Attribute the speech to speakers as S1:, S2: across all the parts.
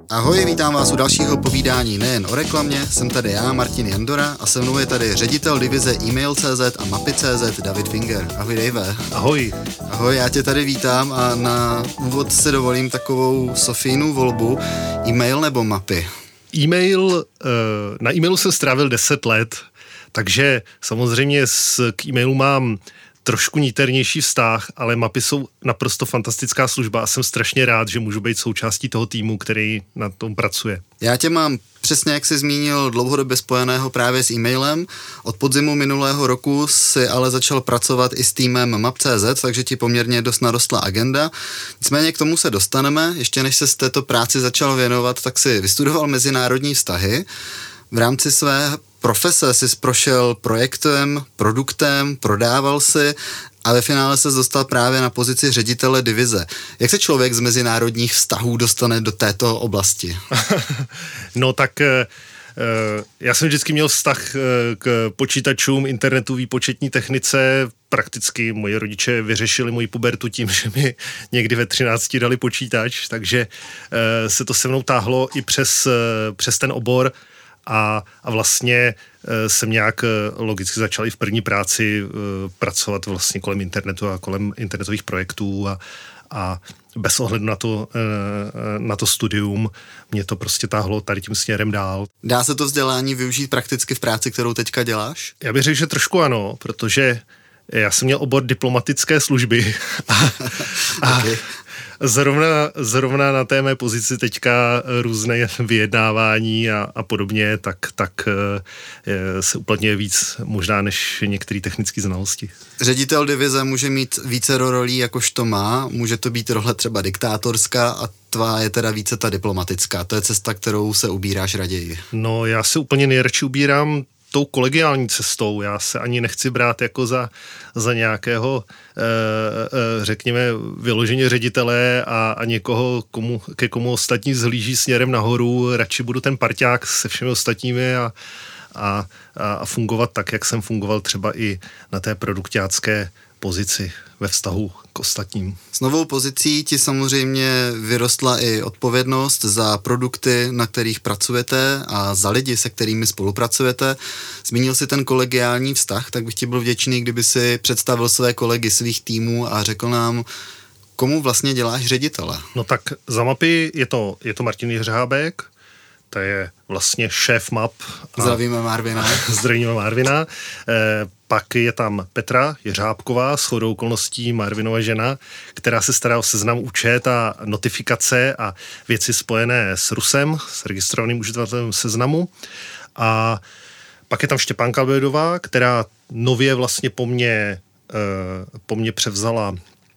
S1: Ahoj, vítám vás u dalšího povídání nejen o reklamě, jsem tady já, Martin Jandora, a se mnou je tady ředitel divize Email.cz a Mapy.cz David Finger. Ahoj, Dave.
S2: Ahoj.
S1: Ahoj, já tě tady vítám a na úvod si dovolím takovou Sofínu volbu. E-mail nebo mapy?
S2: Na e-mailu jsem strávil 10 let, takže samozřejmě k e-mailu mám trošku niternější vztah, ale mapy jsou naprosto fantastická služba a jsem strašně rád, že můžu být součástí toho týmu, který na tom pracuje.
S1: Já tě mám přesně, jak jsi zmínil, dlouhodobě spojeného právě s e-mailem. Od podzimu minulého roku si ale začal pracovat i s týmem Map.cz, takže ti poměrně dost narostla agenda. Nicméně k tomu se dostaneme. Ještě než se z této práci začal věnovat, tak si vystudoval mezinárodní vztahy. V rámci své profese jsi prošel projektem, produktem, prodával si a ve finále se dostal právě na pozici ředitele divize. Jak se člověk z mezinárodních vztahů dostane do této oblasti?
S2: No tak já jsem vždycky měl vztah k počítačům, internetu, výpočetní technice. Prakticky moji rodiče vyřešili moji pubertu tím, že mi někdy ve 13 dali počítač, takže se to se mnou táhlo i přes ten obor. A vlastně jsem nějak logicky začal i v první práci pracovat vlastně kolem internetu a kolem internetových projektů a bez ohledu na to studium mě to prostě táhlo tady tím směrem dál.
S1: Dá se to vzdělání využít prakticky v práci, kterou teďka děláš?
S2: Já bych řekl, že trošku ano, protože já jsem měl obor diplomatické služby a Zrovna na té mé pozici teďka různé vyjednávání a podobně, tak se uplatňuje víc možná než některé technické znalosti.
S1: Ředitel divize může mít vícero rolí, jakož to má. Může to být role třeba diktátorská a tvá je teda více ta diplomatická. To je cesta, kterou se ubíráš raději.
S2: No, já se úplně nejradši ubírám tou kolegiální cestou. Já se ani nechci brát jako za nějakého, řekněme, vyloženě ředitele a někoho, ke komu ostatní zhlíží směrem nahoru. Radši budu ten parťák se všemi ostatními a fungovat tak, jak jsem fungoval třeba i na té produkťácké pozici ve vztahu k ostatním.
S1: S novou pozicí ti samozřejmě vyrostla i odpovědnost za produkty, na kterých pracujete a za lidi, se kterými spolupracujete. Zmínil si ten kolegiální vztah, tak bych ti byl vděčný, kdyby si představil své kolegy svých týmů a řekl nám, komu vlastně děláš ředitele.
S2: No tak za mapy je to Martin Jiřábek, to je vlastně šéf map.
S1: Zdravíme Marvina.
S2: Zdravíme Marvina. Pak je tam Petra Jiřábková, shodou okolností Marvinova žena, která se stará o seznam účet a notifikace a věci spojené s RUSem, s registrovaným uživatelem seznamu. A pak je tam Štěpánka Bědová, která nově vlastně po mně převzala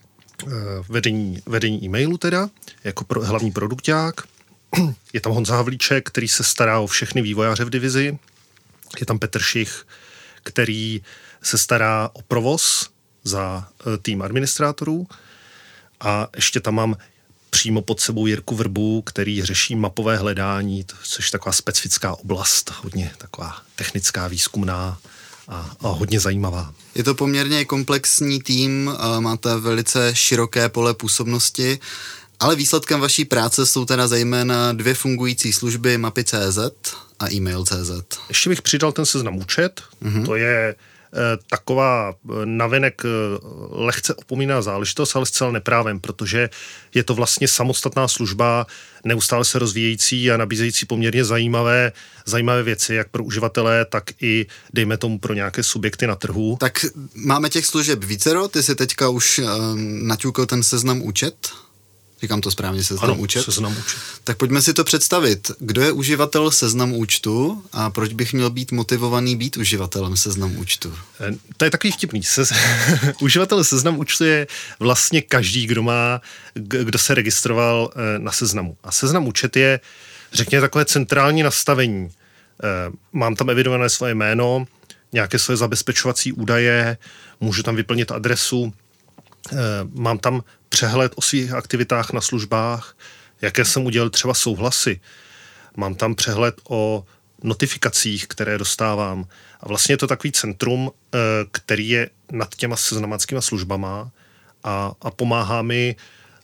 S2: vedení e-mailu teda, jako hlavní produkťák. Je tam Honza Havlíček, který se stará o všechny vývojáře v divizi. Je tam Petr Šich, který se stará o provoz za tým administrátorů. A ještě tam mám přímo pod sebou Jirku Vrbu, který řeší mapové hledání, což je taková specifická oblast, hodně taková technická, výzkumná a hodně zajímavá.
S1: Je to poměrně komplexní tým, máte velice široké pole působnosti, ale výsledkem vaší práce jsou teda zejména 2 fungující služby Mapy.cz a Email.cz.
S2: Ještě bych přidal ten seznam účet, To je taková navenek lehce opomíná záležitost, ale zcela neprávem, protože je to vlastně samostatná služba, neustále se rozvíjející a nabízející poměrně zajímavé věci, jak pro uživatele, tak i, dejme tomu, pro nějaké subjekty na trhu.
S1: Tak máme těch služeb vícero, ty si teďka už naťukl ten seznam účet? Říkám to správně, seznam účet?
S2: Seznam účet.
S1: Tak pojďme si to představit. Kdo je uživatel seznamu účtu a proč bych měl být motivovaný být uživatelem seznamu účtu?
S2: To je takový vtipný. Uživatel seznamu účtu je vlastně každý, kdo se registroval na seznamu. A seznam účet je, řekněme, takové centrální nastavení. Mám tam evidované svoje jméno, nějaké svoje zabezpečovací údaje, můžu tam vyplnit adresu, mám tam přehled o svých aktivitách na službách, jaké jsem udělal třeba souhlasy. Mám tam přehled o notifikacích, které dostávám. A vlastně je to takový centrum, který je nad těma seznamáckýma službama a pomáhá mi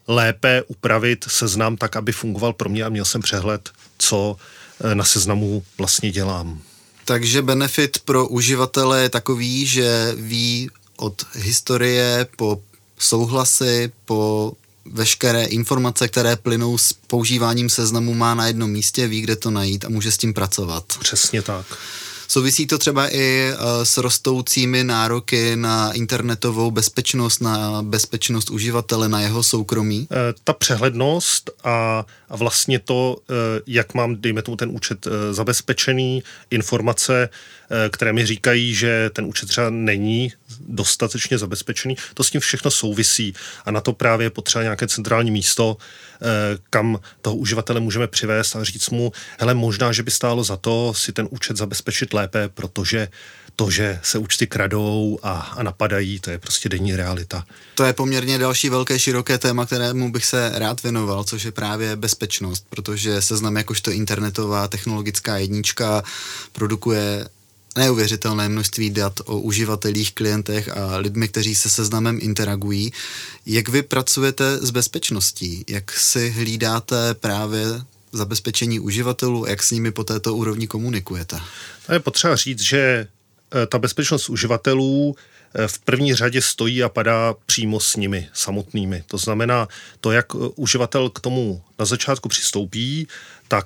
S2: lépe upravit seznam tak, aby fungoval pro mě a měl jsem přehled, co na seznamu vlastně dělám.
S1: Takže benefit pro uživatele je takový, že ví od historie po souhlasy, po veškeré informace, které plynou s používáním seznamu, má na jednom místě, ví, kde to najít a může s tím pracovat.
S2: Přesně tak.
S1: Souvisí to třeba i s rostoucími nároky na internetovou bezpečnost, na bezpečnost uživatele, na jeho soukromí?
S2: Ta přehlednost a vlastně to, jak mám, dejme tomu, ten účet zabezpečený, informace, které mi říkají, že ten účet třeba není dostatečně zabezpečený, to s tím všechno souvisí a na to právě je potřeba nějaké centrální místo, kam toho uživatele můžeme přivést a říct mu, hele, možná, že by stálo za to si ten účet zabezpečit lépe, protože to, že se účty kradou a napadají, to je prostě denní realita.
S1: To je poměrně další velké, široké téma, kterému bych se rád věnoval, což je právě bezpečnost, protože Seznam jakožto internetová technologická jednička produkuje neuvěřitelné množství dat o uživatelích, klientech a lidmi, kteří se Seznamem interagují. Jak vy pracujete s bezpečností? Jak si hlídáte právě zabezpečení uživatelů? Jak s nimi po této úrovni komunikujete?
S2: To je potřeba říct, že ta bezpečnost uživatelů v první řadě stojí a padá přímo s nimi samotnými. To znamená, to, jak uživatel k tomu na začátku přistoupí, tak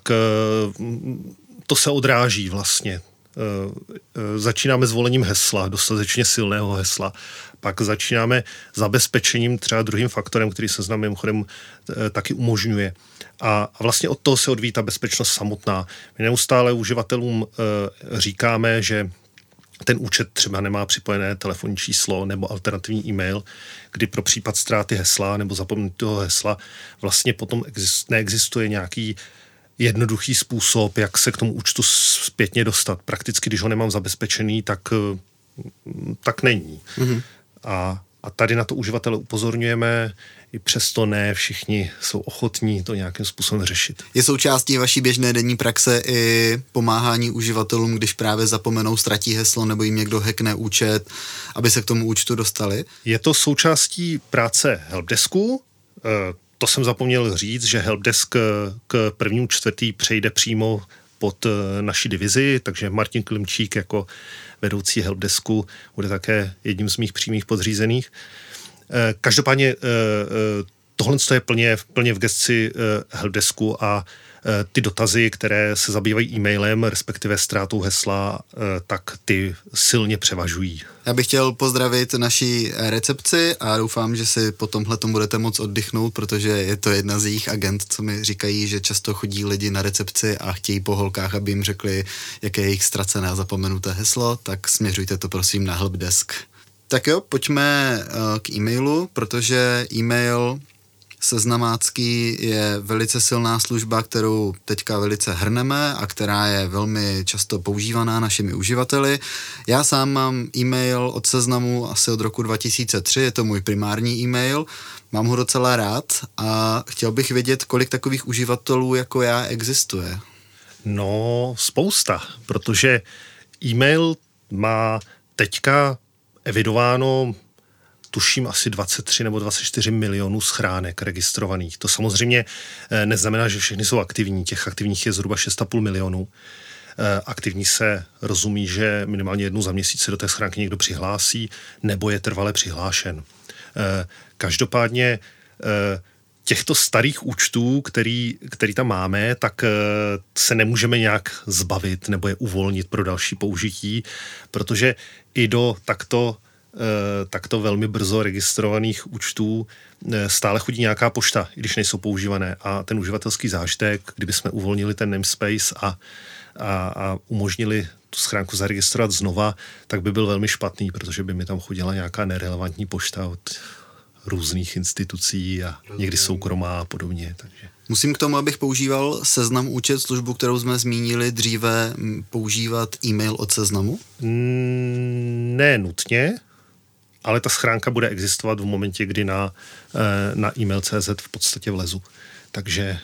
S2: to se odráží vlastně. Začínáme zvolením hesla, dostatečně silného hesla, pak začínáme zabezpečením, třeba druhým faktorem, který Seznam mimochodem taky umožňuje. A vlastně od toho se odvíjí ta bezpečnost samotná. My neustále uživatelům říkáme, že ten účet třeba nemá připojené telefonní číslo nebo alternativní e-mail, kdy pro případ ztráty hesla nebo zapomenutého hesla vlastně potom neexistuje nějaký jednoduchý způsob, jak se k tomu účtu zpětně dostat. Prakticky, když ho nemám zabezpečený, tak není. Mm-hmm. A tady na to uživatele upozorňujeme, i přesto ne všichni jsou ochotní to nějakým způsobem řešit.
S1: Je součástí vaší běžné denní praxe i pomáhání uživatelům, když právě zapomenou, ztratí heslo nebo jim někdo hackne účet, aby se k tomu účtu dostali?
S2: Je to součástí práce helpdesku. To jsem zapomněl říct, že helpdesk k 1.4. přejde přímo pod naší divizi, takže Martin Klimčík jako vedoucí helpdesku bude také jedním z mých přímých podřízených. Každopádně tohle je plně v gesci helpdesku a ty dotazy, které se zabývají e-mailem, respektive ztrátou hesla, tak ty silně převažují.
S1: Já bych chtěl pozdravit naší recepci a doufám, že si po tomhletom budete moct oddychnout, protože je to jedna z jejich agent, co mi říkají, že často chodí lidi na recepci a chtějí po holkách, aby jim řekli, jaké je jejich ztracené a zapomenuté heslo, tak směřujte to prosím na helpdesk. Tak jo, pojďme k e-mailu, protože e-mail seznamácký je velice silná služba, kterou teďka velice hrneme a která je velmi často používaná našimi uživateli. Já sám mám e-mail od Seznamu asi od roku 2003, je to můj primární e-mail, mám ho docela rád a chtěl bych vědět, kolik takových uživatelů jako já existuje.
S2: No, spousta, protože e-mail má teďka evidováno tuším asi 23 nebo 24 milionů schránek registrovaných. To samozřejmě neznamená, že všechny jsou aktivní. Těch aktivních je zhruba 6,5 milionů. Aktivní se rozumí, že minimálně jednou za měsíc se do té schránky někdo přihlásí nebo je trvale přihlášen. Každopádně těchto starých účtů, který tam máme, tak se nemůžeme nějak zbavit nebo je uvolnit pro další použití, protože i do takto velmi brzo registrovaných účtů stále chodí nějaká pošta, i když nejsou používané. A ten uživatelský zážitek, kdyby jsme uvolnili ten namespace a umožnili tu schránku zaregistrovat znova, tak by byl velmi špatný, protože by mi tam chodila nějaká nerelevantní pošta od různých institucí a někdy soukromá a podobně. Takže.
S1: Musím k tomu, abych používal Seznam účet, službu, kterou jsme zmínili dříve, používat e-mail od Seznamu?
S2: Ne nutně, ale ta schránka bude existovat v momentě, kdy na email.cz v podstatě vlezu. Takže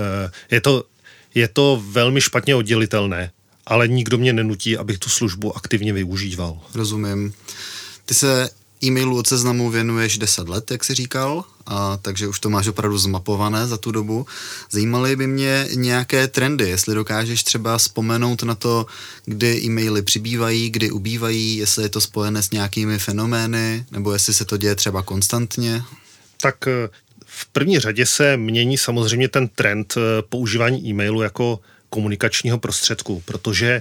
S2: je to velmi špatně oddělitelné, ale nikdo mě nenutí, abych tu službu aktivně využíval.
S1: Rozumím. Ty se E-mailu od Seznamu věnuješ 10 let, jak jsi říkal, a takže už to máš opravdu zmapované za tu dobu. Zajímaly by mě nějaké trendy, jestli dokážeš třeba vzpomenout na to, kdy e-maily přibývají, kdy ubývají, jestli je to spojené s nějakými fenomény, nebo jestli se to děje třeba konstantně.
S2: Tak v první řadě se mění samozřejmě ten trend používání e-mailu jako komunikačního prostředku, protože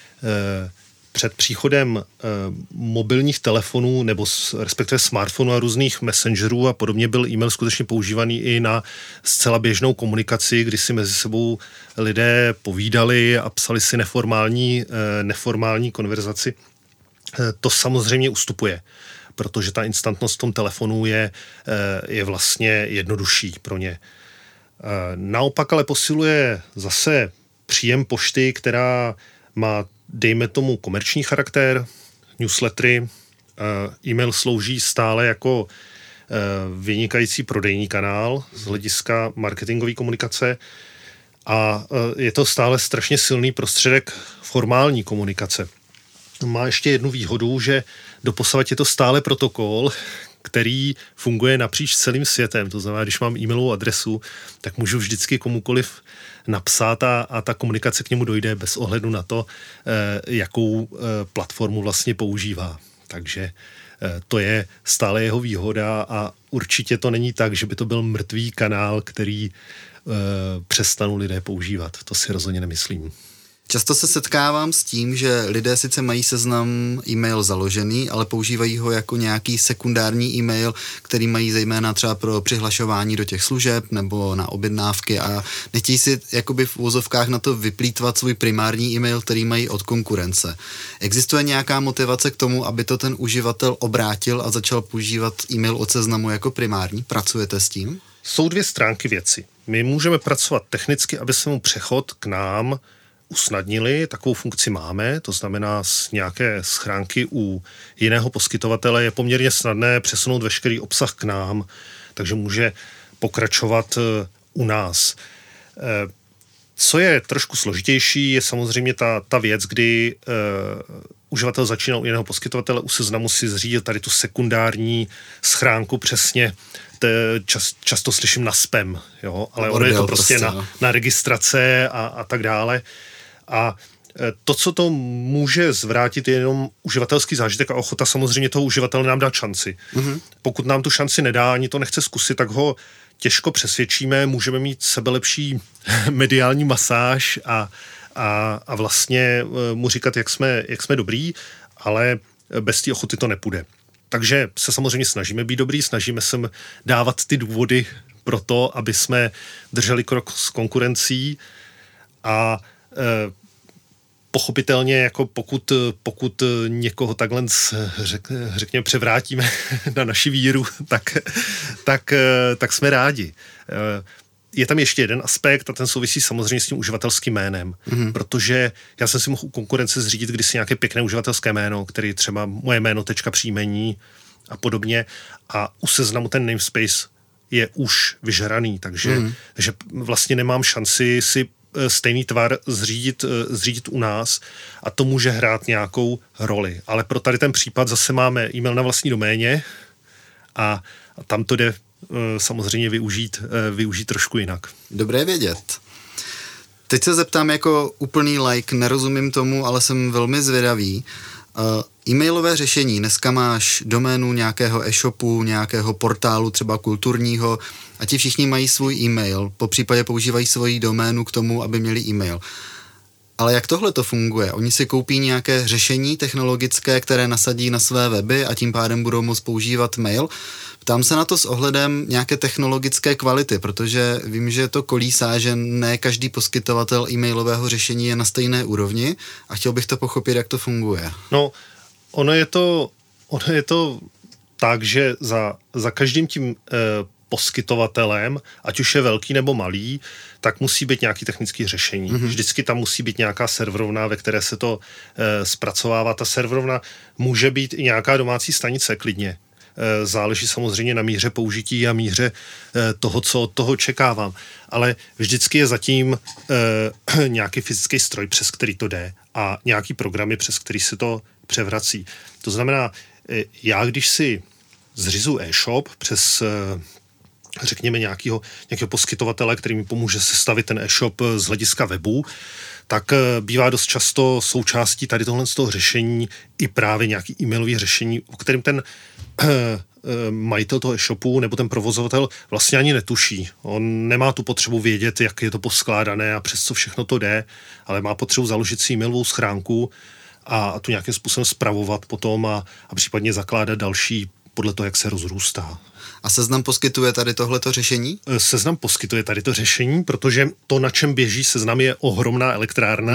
S2: před příchodem mobilních telefonů nebo respektive smartfonů a různých messengerů a podobně byl e-mail skutečně používaný i na zcela běžnou komunikaci, kdy si mezi sebou lidé povídali a psali si neformální konverzaci. To samozřejmě ustupuje, protože ta instantnost v tom telefonu je vlastně jednodušší pro ně. Naopak ale posiluje zase příjem pošty, která má, dejme tomu, komerční charakter, newslettery, e-mail slouží stále jako vynikající prodejní kanál z hlediska marketingové komunikace a je to stále strašně silný prostředek formální komunikace. Má ještě jednu výhodu, že doposavad je to stále protokol, který funguje napříč celým světem. To znamená, když mám e-mailovou adresu, tak můžu vždycky komukoliv napsat a ta komunikace k němu dojde bez ohledu na to, jakou platformu vlastně používá. Takže to je stále jeho výhoda a určitě to není tak, že by to byl mrtvý kanál, který přestanou lidé používat. To si rozhodně nemyslím.
S1: Často se setkávám s tím, že lidé sice mají Seznam e-mail založený, ale používají ho jako nějaký sekundární e-mail, který mají zejména třeba pro přihlašování do těch služeb nebo na objednávky a nechtějí si jakoby v úvozovkách na to vyplýtvat svůj primární e-mail, který mají od konkurence. Existuje nějaká motivace k tomu, aby to ten uživatel obrátil a začal používat e-mail od Seznamu jako primární? Pracujete s tím?
S2: Jsou dvě stránky věci. My můžeme pracovat technicky, aby se mu přechod k nám usnadnili, takovou funkci máme, to znamená z nějaké schránky u jiného poskytovatele je poměrně snadné přesunout veškerý obsah k nám, takže může pokračovat u nás. Co je trošku složitější, je samozřejmě ta věc, kdy uživatel začíná u jiného poskytovatele, u Seznamu si zřídil tady tu sekundární schránku přesně, často slyším na spam, jo? Ale ono je to prostě na registrace a tak dále. A to, co to může zvrátit, je jenom uživatelský zážitek a ochota samozřejmě toho uživatele nám dát šanci. Mm-hmm. Pokud nám tu šanci nedá, ani to nechce zkusit, tak ho těžko přesvědčíme, můžeme mít sebelepší mediální masáž a vlastně mu říkat, jak jsme dobrý, ale bez té ochoty to nepůjde. Takže se samozřejmě snažíme být dobrý, snažíme se dávat ty důvody pro to, aby jsme drželi krok s konkurencí a pochopitelně, jako pokud někoho takhle řekněme převrátíme na naši víru, tak jsme rádi. Je tam ještě jeden aspekt a ten souvisí samozřejmě s tím uživatelským jménem, protože já jsem si mohl u konkurence zřídit kdysi nějaké pěkné uživatelské jméno, který třeba moje jméno, příjmení a podobně a u Seznamu ten namespace je už vyžraný, takže že vlastně nemám šanci si stejný tvar zřídit u nás a to může hrát nějakou roli. Ale pro tady ten případ zase máme e-mail na vlastní doméně a tam to jde samozřejmě využít trošku jinak.
S1: Dobré vědět. Teď se zeptám jako úplný like, nerozumím tomu, ale jsem velmi zvědavý. E-mailové řešení, dneska máš doménu nějakého e-shopu, nějakého portálu, třeba kulturního a ti všichni mají svůj e-mail, popřípadě používají svoji doménu k tomu, aby měli e-mail. Ale jak tohle to funguje? Oni si koupí nějaké řešení technologické, které nasadí na své weby a tím pádem budou moct používat mail. Ptám se na to s ohledem nějaké technologické kvality, protože vím, že to kolísá, že ne každý poskytovatel e-mailového řešení je na stejné úrovni a chtěl bych to pochopit, jak to funguje.
S2: No, ono je to tak, že za každým tím poskytovatelem, ať už je velký nebo malý, tak musí být nějaký technický řešení. Vždycky tam musí být nějaká serverovna, ve které se to zpracovává. Ta serverovna může být i nějaká domácí stanice klidně. Záleží samozřejmě na míře použití a míře toho, co od toho očekávám. Ale vždycky je zatím nějaký fyzický stroj, přes který to jde a nějaký programy, přes který se to převrací. To znamená, já když si zřizuji e-shop přes řekněme nějakého poskytovatele, který mi pomůže sestavit ten e-shop z hlediska webu, tak bývá dost často součástí tady tohle z toho řešení i právě nějaký e-mailový řešení, o kterém ten majitel toho e-shopu nebo ten provozovatel vlastně ani netuší. On nemá tu potřebu vědět, jak je to poskládané a přes co všechno to jde, ale má potřebu založit si e-mailovou schránku a tu nějakým způsobem spravovat potom a případně zakládat další podle toho, jak se rozrůstá.
S1: A Seznam poskytuje tady tohleto řešení?
S2: Seznam poskytuje tady to řešení, protože to, na čem běží Seznam, je ohromná elektrárna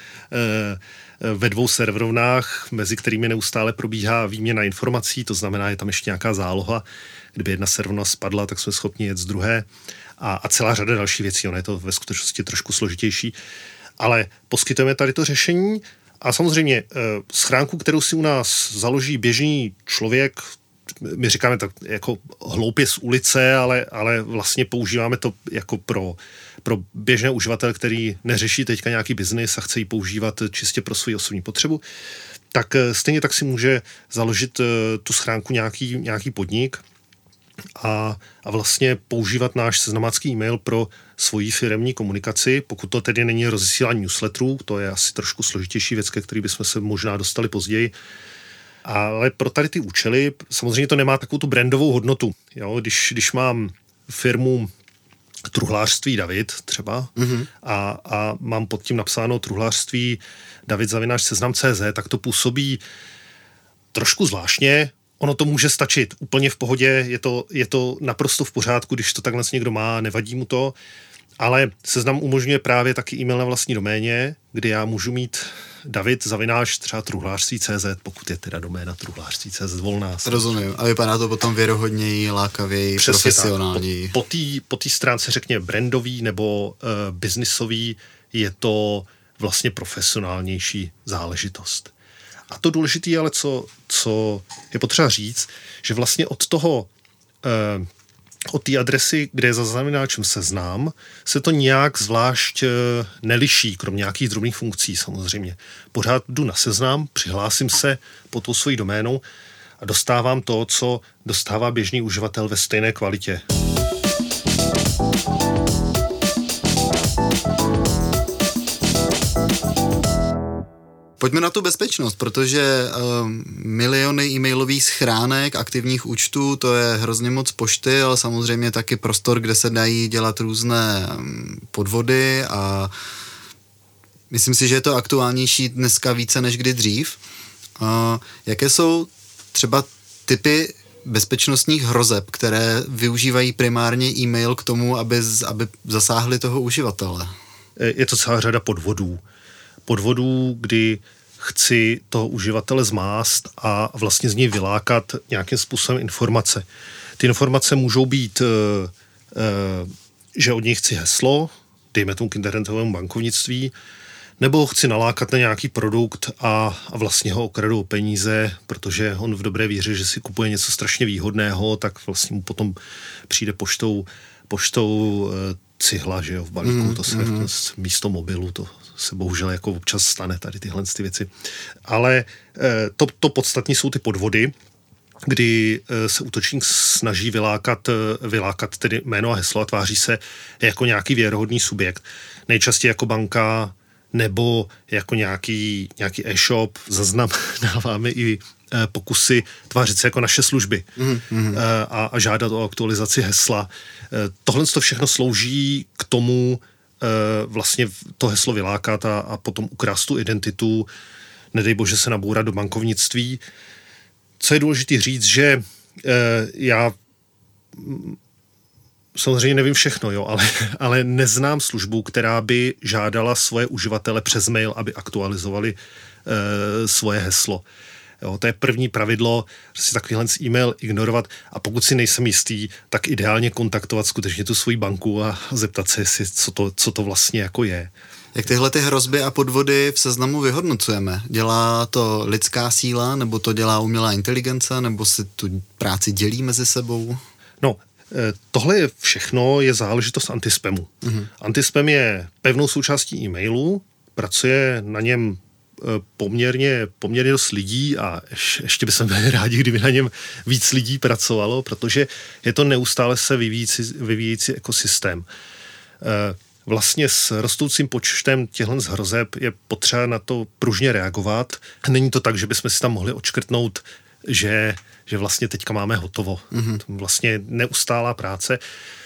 S2: ve 2 serverovnách, mezi kterými neustále probíhá výměna informací, to znamená, je tam ještě nějaká záloha. Kdyby jedna serverovna spadla, tak jsme schopni jet z druhé a celá řada dalších věcí. Ono je to ve skutečnosti trošku složitější, ale poskytujeme tady to řešení a samozřejmě schránku, kterou si u nás založí běžný člověk, my říkáme tak jako hloupě z ulice, ale vlastně používáme to jako pro běžné uživatele, který neřeší teďka nějaký biznis a chce ji používat čistě pro svou osobní potřebu, tak stejně tak si může založit tu schránku nějaký podnik a vlastně používat náš seznamácký e-mail pro svoji firemní komunikaci, pokud to tedy není rozesílání newsletterů, to je asi trošku složitější věc, ke který bychom se možná dostali později. Ale pro tady ty účely samozřejmě to nemá takovou tu brandovou hodnotu. Jo? Když mám firmu truhlářství David třeba a mám pod tím napsáno truhlářství David@seznam.cz, tak to působí trošku zvláštně. Ono to může stačit úplně v pohodě, je to naprosto v pořádku, když to takhle někdo má, nevadí mu to, ale Seznam umožňuje právě taky e-mail na vlastní doméně, kde já můžu mít David třeba truhlářství.cz, pokud je teda doména truhlářství.cz volná.
S1: Rozumím. A vypadá to potom věrohodněji, lákavěji, profesionálněji.
S2: Po té stránce řekněme brandový nebo biznisový je to vlastně profesionálnější záležitost. A to důležité, ale co je potřeba říct, že vlastně od té adresy, kde je za zavináčem Seznam, se to nějak zvlášť neliší, kromě nějakých drobných funkcí samozřejmě. Pořád jdu na Seznam, přihlásím se pod tou svojí doménou a dostávám to, co dostává běžný uživatel ve stejné kvalitě.
S1: Pojďme na tu bezpečnost, protože miliony e-mailových schránek, aktivních účtů, to je hrozně moc pošty, ale samozřejmě taky prostor, kde se dají dělat různé podvody a myslím si, že je to aktuálnější dneska více než kdy dřív. Jaké jsou třeba typy bezpečnostních hrozeb, které využívají primárně e-mail k tomu, aby zasáhli toho uživatele?
S2: Je to celá řada podvodů, kdy chci toho uživatele zmást a vlastně z něj vylákat nějakým způsobem informace. Ty informace můžou být, že od něj chci heslo, dejme tomu k internetovému bankovnictví, nebo chci nalákat na nějaký produkt a vlastně ho okradu o peníze, protože on v dobré víře, že si kupuje něco strašně výhodného, tak vlastně mu potom přijde poštou cihla, že jo, v balíku, to se místo mobilu, to se bohužel jako občas stane tady tyhle ty věci. Ale to podstatní jsou ty podvody, kdy se útočník snaží vylákat tedy jméno a heslo a tváří se jako nějaký věrohodný subjekt. Nejčastěji jako banka nebo jako nějaký e-shop. Zaznamenáváme i pokusy tvářit se jako naše služby a žádat o aktualizaci hesla. Tohle to všechno slouží k tomu vlastně to heslo vylákat a potom ukrást tu identitu, nedej bože se nabourat do bankovnictví. Co je důležité říct, že já samozřejmě nevím všechno, jo, ale neznám službu, která by žádala svoje uživatele přes mail, aby aktualizovali svoje heslo. Jo, to je první pravidlo, že si takovýhle e-mail ignorovat a pokud si nejsem jistý, tak ideálně kontaktovat skutečně tu svoji banku a zeptat se, jestli co to vlastně jako je.
S1: Jak tyhle ty hrozby a podvody v Seznamu vyhodnocujeme? Dělá to lidská síla, nebo to dělá umělá inteligence, nebo si tu práci dělí mezi sebou?
S2: No, tohle je všechno je záležitost antispamu. Antispam je pevnou součástí e-mailu, pracuje na něm poměrně dost lidí a ještě bychom byli rádi, kdyby na něm víc lidí pracovalo, protože je to neustále se vyvíjející ekosystém. Vlastně s rostoucím počtem těchto hrozeb je potřeba na to pružně reagovat. Není to tak, že bychom si tam mohli odškrtnout, že vlastně teďka máme hotovo. Mm-hmm. To vlastně neustálá práce.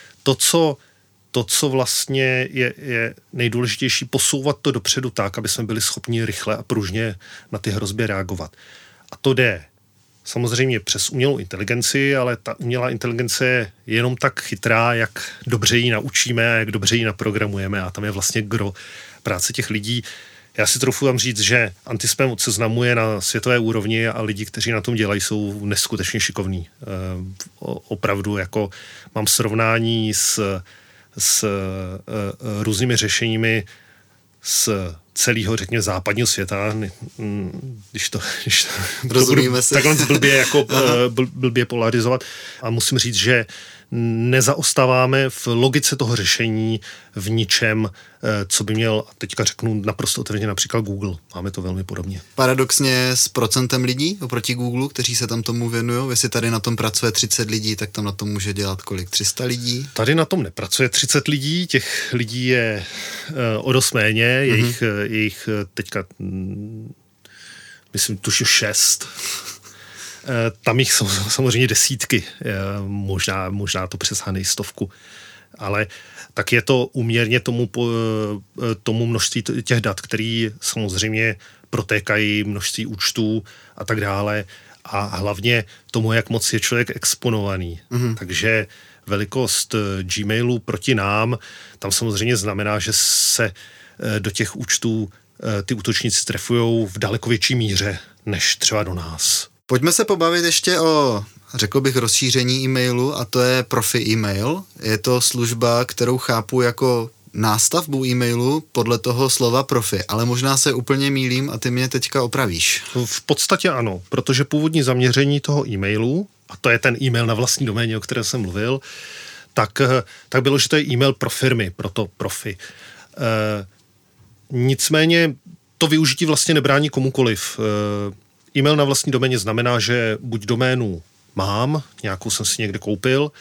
S2: To, co vlastně je nejdůležitější, posouvat to dopředu tak, aby jsme byli schopni rychle a pružně na ty hrozby reagovat. A to jde samozřejmě přes umělou inteligenci, ale ta umělá inteligence je jenom tak chytrá, jak dobře ji naučíme a jak dobře ji naprogramujeme. A tam je vlastně gro práce těch lidí. Já si troufám říct, že antispam odseznamuje na světové úrovni a lidi, kteří na tom dělají, jsou neskutečně šikovní. Opravdu jako mám srovnání s různými řešeními z celého, řekněme, západního světa, když to
S1: rozumíme si.
S2: Takhle blbě polarizovat. A musím říct, že nezaostáváme v logice toho řešení v ničem, co by měl, a teďka řeknu naprosto otevřeně, například Google. Máme to velmi podobně.
S1: Paradoxně s procentem lidí oproti Google, kteří se tam tomu věnují, jestli tady na tom pracuje 30 lidí, tak tam na tom může dělat kolik? 300 lidí?
S2: Tady na tom nepracuje 30 lidí, těch lidí je o dost méně, jejich teďka myslím tuším 6. Tam jich jsou samozřejmě desítky, možná to přesáhne 100, ale tak je to úměrně tomu množství těch dat, který samozřejmě protékají, množství účtů a tak dále a hlavně tomu, jak moc je člověk exponovaný. Mm-hmm. Takže velikost Gmailu proti nám, tam samozřejmě znamená, že se do těch účtů ty útočníci trefujou v daleko větší míře, než třeba do nás.
S1: Pojďme se pobavit ještě o, řekl bych, rozšíření e-mailu a to je profi e-mail. Je to služba, kterou chápu jako nástavbu e-mailu podle toho slova profi, ale možná se úplně mýlím a ty mě teďka opravíš.
S2: V podstatě ano, protože původní zaměření toho e-mailu, a to je ten e-mail na vlastní doméně, o kterém jsem mluvil, tak bylo, že to je e-mail pro firmy, proto profi. Nicméně to využití vlastně nebrání komukoliv. E-mail na vlastní doméně znamená, že buď doménu mám, nějakou jsem si někde koupil,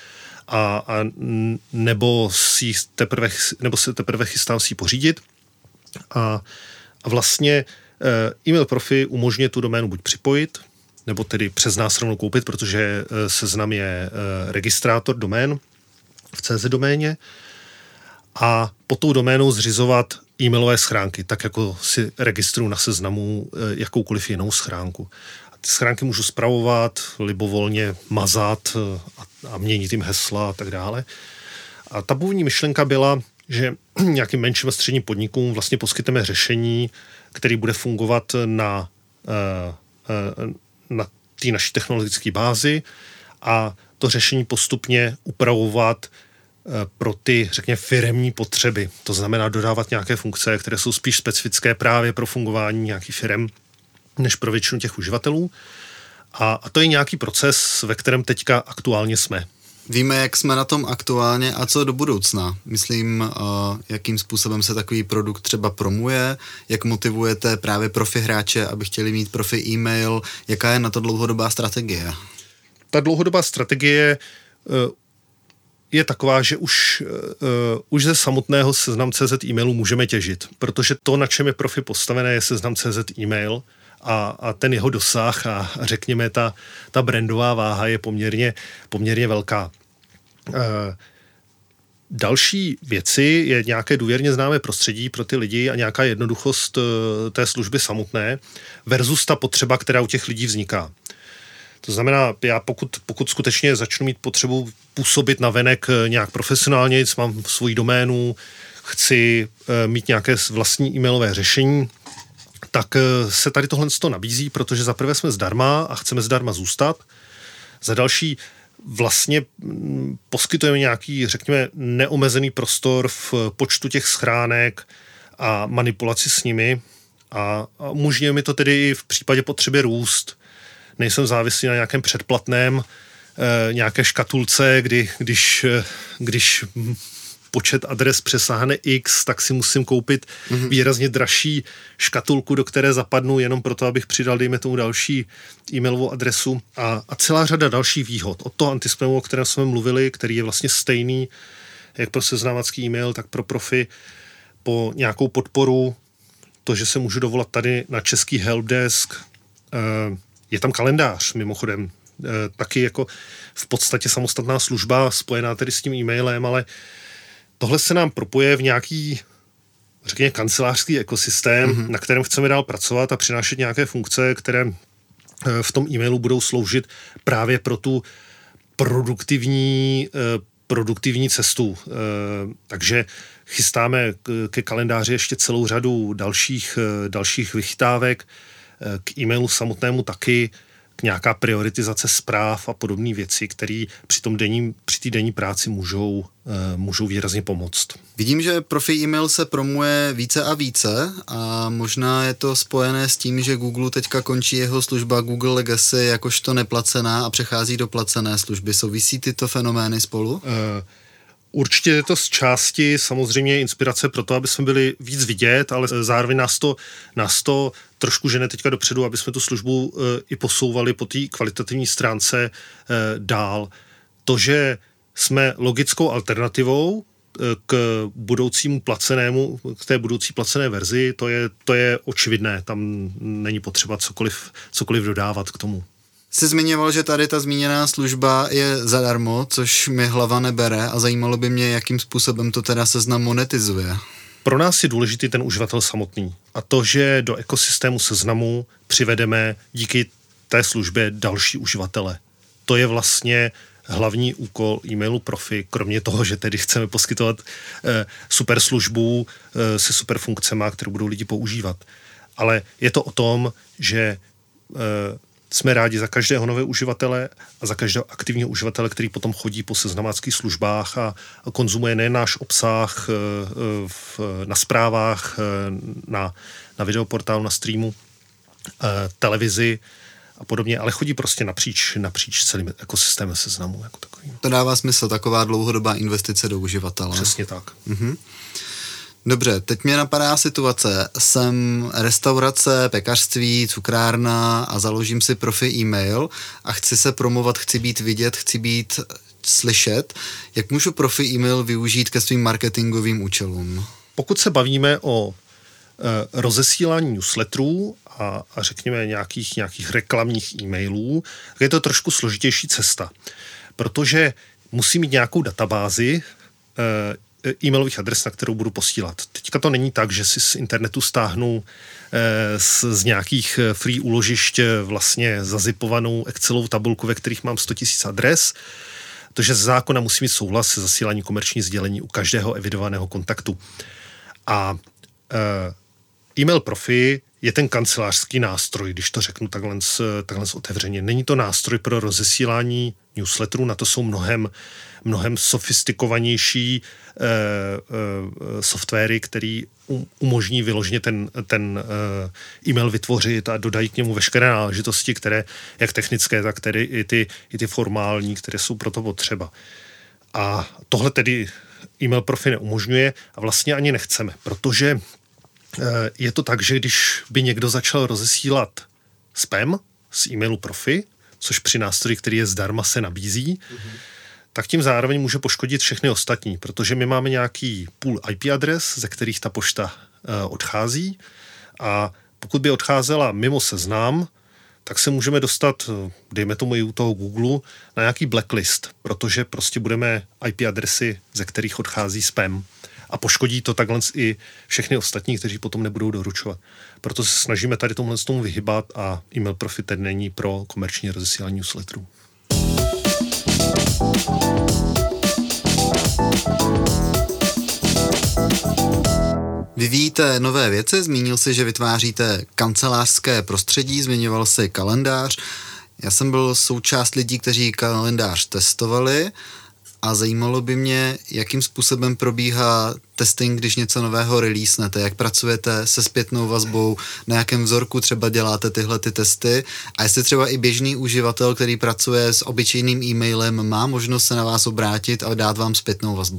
S2: nebo se teprve chystám si ji pořídit. A vlastně e-mail profi umožňuje tu doménu buď připojit, nebo tedy přes nás rovnou koupit, protože Seznam je registrátor domén v CZ doméně a pod tou doménou zřizovat e-mailové schránky, tak jako si registruju na Seznamu jakoukoliv jinou schránku. A ty schránky můžu spravovat, libovolně mazat a měnit jim hesla a tak dále. A ta původní myšlenka byla, že nějakým menším a středním podnikům vlastně poskytneme řešení, který bude fungovat na té naší technologické bázi a to řešení postupně upravovat pro ty, řekněme, firemní potřeby. To znamená dodávat nějaké funkce, které jsou spíš specifické právě pro fungování nějakých firem, než pro většinu těch uživatelů. A to je nějaký proces, ve kterém teďka aktuálně jsme.
S1: Víme, jak jsme na tom aktuálně a co do budoucna. Myslím, jakým způsobem se takový produkt třeba promuje, jak motivujete právě profi hráče, aby chtěli mít profi e-mail, jaká je na to dlouhodobá strategie? Ta
S2: dlouhodobá strategie je taková, že už ze samotného Seznam.cz e-mailu můžeme těžit, protože to, na čem je profi postavené, je Seznam.cz e-mail a ten jeho dosah a řekněme ta brandová váha je poměrně velká. Další věci je nějaké důvěrně známé prostředí pro ty lidi a nějaká jednoduchost té služby samotné versus ta potřeba, která u těch lidí vzniká. To znamená, já pokud skutečně začnu mít potřebu působit na venek nějak profesionálně, mám svoji doménu, chci mít nějaké vlastní e-mailové řešení, tak se tady tohle nabízí, protože za prvé jsme zdarma a chceme zdarma zůstat. Za další vlastně poskytujeme nějaký, řekněme, neomezený prostor v počtu těch schránek a manipulaci s nimi a umožňuje mi to tedy i v případě potřeby růst. Nejsem závislý na nějakém předplatném, nějaké škatulce, když počet adres přesáhne X, tak si musím koupit výrazně dražší škatulku, do které zapadnu jenom proto, abych přidal, dejme tomu, další e-mailovou adresu a celá řada dalších výhod. Od toho antispamu, o kterém jsme mluvili, který je vlastně stejný jak pro seznamovací e-mail, tak pro profi, po nějakou podporu, to, že se můžu dovolat tady na český helpdesk, je tam kalendář, mimochodem, taky jako v podstatě samostatná služba spojená tedy s tím e-mailem, ale tohle se nám propoje v nějaký, řekněme, kancelářský ekosystém, na kterém chceme dál pracovat a přinášet nějaké funkce, které v tom e-mailu budou sloužit právě pro tu produktivní cestu. Takže chystáme ke kalendáři ještě celou řadu dalších vychytávek, k e-mailu samotnému taky, k nějaká prioritizace zpráv a podobné věci, které při té denní práci můžou výrazně pomoct.
S1: Vidím, že profi e-mail se promuje více a více a možná je to spojené s tím, že Google teďka končí jeho služba Google Legacy jakožto neplacená a přechází do placené služby. Souvisí tyto fenomény spolu?
S2: Určitě je to z části samozřejmě inspirace pro to, aby jsme byli víc vidět, ale zároveň nás to trošku žene teďka dopředu, aby jsme tu službu i posouvali po té kvalitativní stránce dál. To, že jsme logickou alternativou k té budoucí placené verzi, to je očividné, tam není potřeba cokoliv dodávat k tomu.
S1: Jsi zmiňoval, že tady ta zmíněná služba je zadarmo, což mi hlava nebere a zajímalo by mě, jakým způsobem to teda Seznam monetizuje.
S2: Pro nás je důležitý ten uživatel samotný a to, že do ekosystému Seznamu přivedeme díky té službě další uživatele. To je vlastně hlavní úkol e-mailu profi, kromě toho, že tedy chceme poskytovat super službu se super funkcemi, kterou budou lidi používat. Ale je to o tom, že jsme rádi za každého nového uživatele a za každého aktivního uživatele, který potom chodí po seznamáckých službách a konzumuje nejen náš obsah na zprávách, na videoportálu, na streamu, televizi a podobně, ale chodí prostě napříč celým ekosystémem Seznamu jako takovým.
S1: To dává smysl, taková dlouhodobá investice do uživatele.
S2: Přesně tak.
S1: Dobře, teď mě napadá situace. Jsem restaurace, pekařství, cukrárna a založím si profi e-mail a chci se promovat, chci být vidět, chci být slyšet. Jak můžu profi e-mail využít ke svým marketingovým účelům?
S2: Pokud se bavíme o rozesílání newsletterů a řekněme nějakých reklamních e-mailů, tak je to trošku složitější cesta, protože musí mít nějakou databázi e-mailových adres, na kterou budu posílat. Teďka to není tak, že si z internetu stáhnu z nějakých free úložišť vlastně zazipovanou Excelovou tabulku, ve kterých mám 100 000 adres, protože ze zákona musí mít souhlas se zasílání komerční sdělení u každého evidovaného kontaktu. A e-mail profi je ten kancelářský nástroj, když to řeknu takhle otevřeně. Není to nástroj pro rozesílání newsletterů, na to jsou mnohem sofistikovanější softwary, který umožní vyloženě ten e-mail vytvořit a dodají k němu veškeré náležitosti, které jak technické, tak tedy i ty formální, které jsou proto potřeba. A tohle tedy e-mail profi neumožňuje a vlastně ani nechceme, protože je to tak, že když by někdo začal rozesílat spam z e-mailu profi, což při nástroji, který je zdarma, se nabízí, tak tím zároveň může poškodit všechny ostatní, protože my máme nějaký pool IP adres, ze kterých ta pošta odchází a pokud by odcházela mimo Seznam, tak se můžeme dostat, dejme tomu i u toho Google, na nějaký blacklist, protože prostě budeme IP adresy, ze kterých odchází spam. A poškodí to takhle i všechny ostatní, kteří potom nebudou doručovat. Proto se snažíme tady tomu vyhybat a e-mail profi tedy není pro komerční rozesílání newsletterů.
S1: Vyvíjíte nové věci, zmínil si, že vytváříte kancelářské prostředí, zmiňoval si kalendář. Já jsem byl součást lidí, kteří kalendář testovali a zajímalo by mě, jakým způsobem probíhá testing, když něco nového releasenete, jak pracujete se zpětnou vazbou, na jakém vzorku třeba děláte tyhle ty testy a jestli třeba i běžný uživatel, který pracuje s obyčejným e-mailem, má možnost se na vás obrátit a dát vám zpětnou vazbu.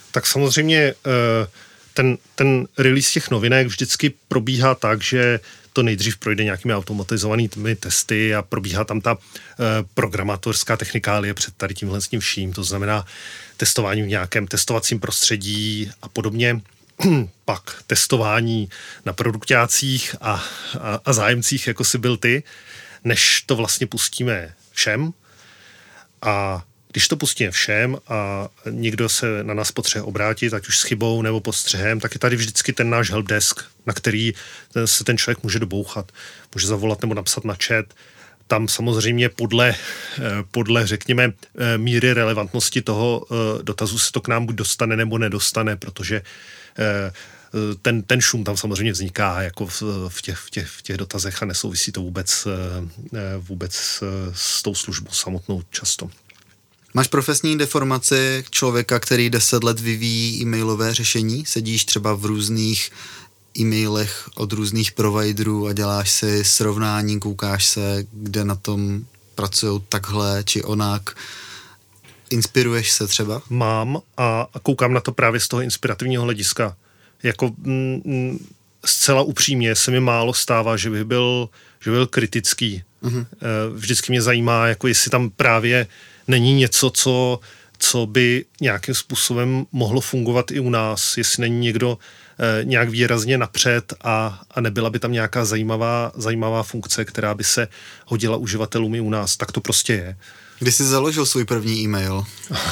S2: Tak samozřejmě ten release těch novinek vždycky probíhá tak, že to nejdřív projde nějakými automatizovanými testy a probíhá tam ta programátorská technikálie před tady tímhle s tím vším, to znamená testování v nějakém testovacím prostředí a podobně. Pak testování na produktácích a zájemcích, jako si byl ty, než to vlastně pustíme všem. A když to pustíme všem a někdo se na nás potřebuje obrátit, ať už s chybou nebo postřehem, tak je tady vždycky ten náš helpdesk, na který se ten člověk může dobouchat. Může zavolat nebo napsat na chat. Tam samozřejmě podle řekněme, míry relevantnosti toho dotazu se to k nám buď dostane nebo nedostane, protože ten šum tam samozřejmě vzniká jako v těch dotazech a nesouvisí to vůbec s tou službou samotnou často.
S1: Máš profesní deformaci člověka, který 10 let vyvíjí e-mailové řešení? Sedíš třeba v různých e-mailech od různých providerů a děláš si srovnání, koukáš se, kde na tom pracují takhle či onak. Inspiruješ se třeba?
S2: Mám a koukám na to právě z toho inspirativního hlediska. Jako zcela upřímně se mi málo stává, že by byl kritický. Uh-huh. Vždycky mě zajímá, jako jestli tam právě není něco, co by nějakým způsobem mohlo fungovat i u nás, jestli není někdo nějak výrazně napřed a nebyla by tam nějaká zajímavá funkce, která by se hodila uživatelům i u nás. Tak to prostě je.
S1: Kdy jsi založil svůj první e-mail?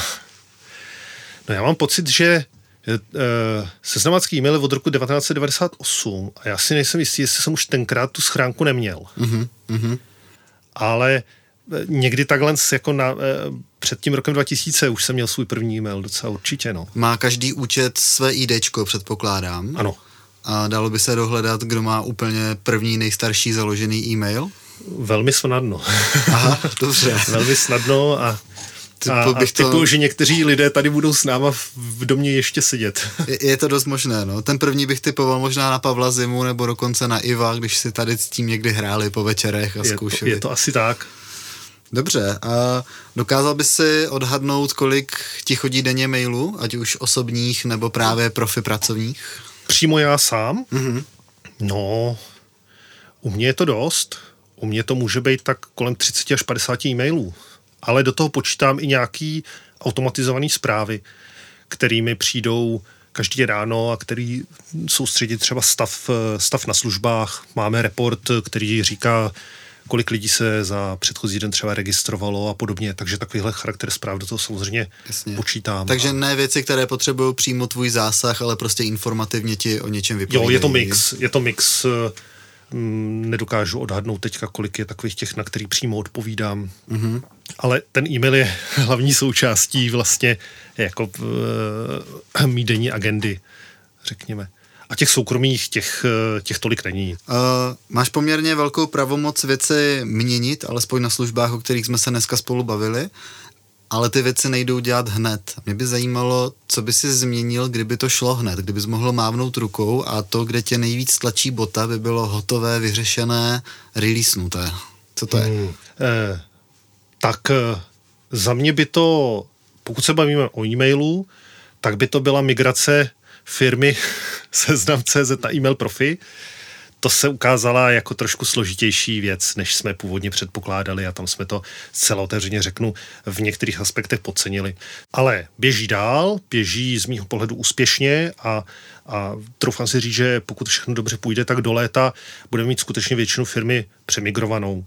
S2: No já mám pocit, že seznamovací e-mail je od roku 1998 a já si nejsem jistý, jestli jsem už tenkrát tu schránku neměl. Uh-huh. Ale někdy takhle jako před tím rokem 2000 už jsem měl svůj první e-mail, docela určitě, no.
S1: Má každý účet své IDčko, předpokládám.
S2: Ano.
S1: A dalo by se dohledat, kdo má úplně první nejstarší založený e-mail?
S2: Velmi snadno.
S1: Aha, dobře.
S2: Velmi snadno a typuju, že někteří lidé tady budou s náma v domě ještě sedět.
S1: Je to dost možné, no. Ten první bych typoval možná na Pavla Zimu nebo dokonce na Iva, když si tady s tím někdy hráli po večerech a zkoušeli.
S2: Je to asi tak.
S1: Dobře, a dokázal bys si odhadnout, kolik ti chodí denně mailů, ať už osobních nebo právě profi pracovních?
S2: Přímo já sám? Mm-hmm. No, u mě je to dost. U mě to může být tak kolem 30 až 50 e-mailů. Ale do toho počítám i nějaký automatizovaný zprávy, kterými přijdou každý ráno a který soustředí třeba stav na službách. Máme report, který říká, kolik lidí se za předchozí den třeba registrovalo a podobně, takže takovýhle charakter zpráv do toho samozřejmě počítám.
S1: Takže ne věci, které potřebují přímo tvůj zásah, ale prostě informativně ti o něčem vypovídají.
S2: Jo, je to mix. Nedokážu odhadnout teďka, kolik je takových těch, na který přímo odpovídám. Mm-hmm. Ale ten e-mail je hlavní součástí vlastně jako mý denní agendy, řekněme. A těch soukromých, těch tolik není.
S1: Máš poměrně velkou pravomoc věci měnit, alespoň na službách, o kterých jsme se dneska spolu bavili, ale ty věci nejdou dělat hned. Mě by zajímalo, co by si změnil, kdyby to šlo hned, kdybys mohl mávnout rukou a to, kde tě nejvíc tlačí bota, by bylo hotové, vyřešené, releasenuté. Co to je?
S2: Tak za mě by to, pokud se bavíme o e-mailu, tak by to byla migrace firmy Seznam.cz na e-mail profi. To se ukázala jako trošku složitější věc, než jsme původně předpokládali a tam jsme to zcela otevřeně řeknu v některých aspektech podcenili. Ale běží dál, běží z mýho pohledu úspěšně a troufám si říct, že pokud všechno dobře půjde, tak do léta budeme mít skutečně většinu firmy přemigrovanou.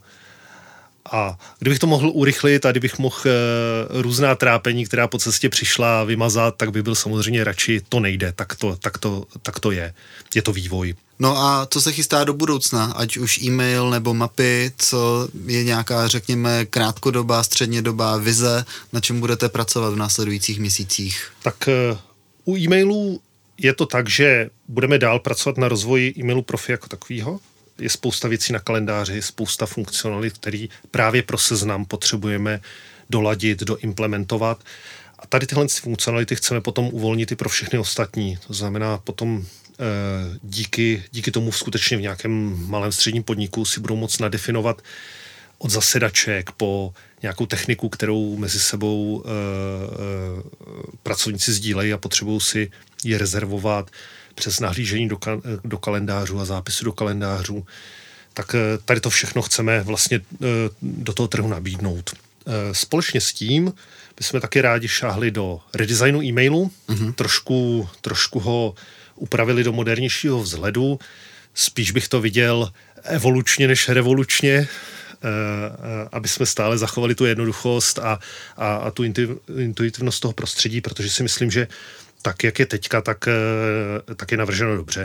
S2: A kdybych to mohl urychlit a kdybych mohl různá trápení, která po cestě přišla, vymazat, tak by byl samozřejmě radši, to nejde, tak to je. Je to vývoj.
S1: No a co se chystá do budoucna, ať už e-mail nebo mapy, co je nějaká, řekněme, krátkodobá, střednědobá vize, na čem budete pracovat v následujících měsících?
S2: Tak u e-mailů je to tak, že budeme dál pracovat na rozvoji e-mailu profi jako takovýho. Je spousta věcí na kalendáři, je spousta funkcionalit, který právě pro Seznam potřebujeme doladit, doimplementovat. A tady tyhle funkcionality chceme potom uvolnit i pro všechny ostatní. To znamená potom díky tomu skutečně v nějakém malém středním podniku si budou moct nadefinovat od zasedaček po nějakou techniku, kterou mezi sebou pracovníci sdílejí a potřebují si ji rezervovat, přes nahlížení do kalendářů a zápisu do kalendářů. Tak tady to všechno chceme vlastně do toho trhu nabídnout. Společně s tím bychom taky rádi šáhli do redesignu e-mailu, trošku ho upravili do modernějšího vzhledu. Spíš bych to viděl evolučně než revolučně, aby jsme stále zachovali tu jednoduchost a tu intuitivnost toho prostředí, protože si myslím, že tak, jak je teďka, tak je navrženo dobře.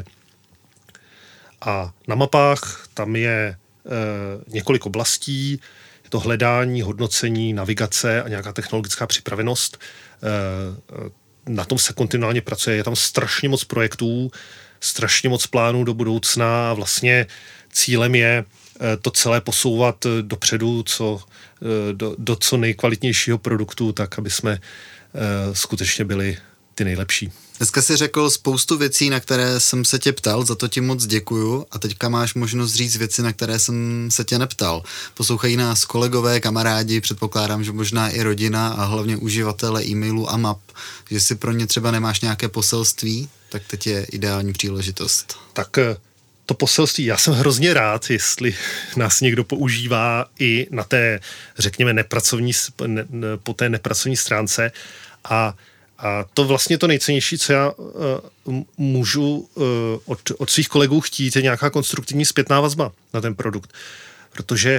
S2: A na mapách tam je několik oblastí, je to hledání, hodnocení, navigace a nějaká technologická připravenost. Na tom se kontinuálně pracuje, je tam strašně moc projektů, strašně moc plánů do budoucna a vlastně cílem je to celé posouvat dopředu do co nejkvalitnějšího produktu, tak aby jsme skutečně byli ty nejlepší.
S1: Dneska jsi řekl spoustu věcí, na které jsem se tě ptal, za to ti moc děkuju a teďka máš možnost říct věci, na které jsem se tě neptal. Poslouchají nás kolegové, kamarádi, předpokládám, že možná i rodina a hlavně uživatelé e-mailu a map, že si pro ně třeba nemáš nějaké poselství, tak teď je ideální příležitost.
S2: Tak to poselství, já jsem hrozně rád, jestli nás někdo používá i na té, řekněme, po té nepracovní stránce a to vlastně to nejcennější, co já můžu od svých kolegů chtít, je nějaká konstruktivní zpětná vazba na ten produkt. Protože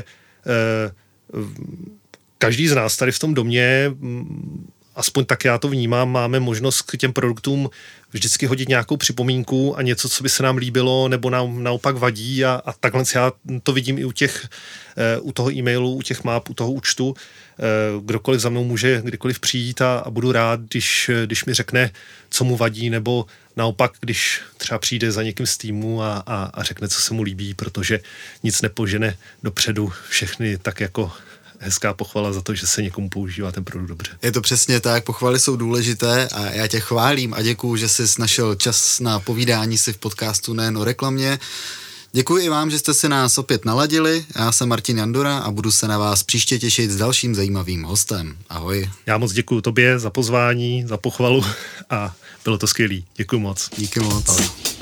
S2: každý z nás tady v tom domě, aspoň tak já to vnímám, máme možnost k těm produktům vždycky hodit nějakou připomínku a něco, co by se nám líbilo, nebo nám naopak vadí a takhle já to vidím i u toho e-mailu, u těch map, u toho účtu. Kdokoliv za mnou může kdykoliv přijít a budu rád, když mi řekne, co mu vadí, nebo naopak, když třeba přijde za někým z týmu a řekne, co se mu líbí, protože nic nepožene dopředu, všechny tak jako hezká pochvala za to, že se někomu používá ten produkt dobře.
S1: Je to přesně tak, pochvaly jsou důležité a já tě chválím a děkuju, že jsi našel čas na povídání si v podcastu Nejen o reklamě. Děkuji i vám, že jste si nás opět naladili. Já jsem Martin Jandura a budu se na vás příště těšit s dalším zajímavým hostem. Ahoj.
S2: Já moc děkuju tobě za pozvání, za pochvalu a bylo to skvělý. Děkuji moc.
S1: Díky moc. Ahoj.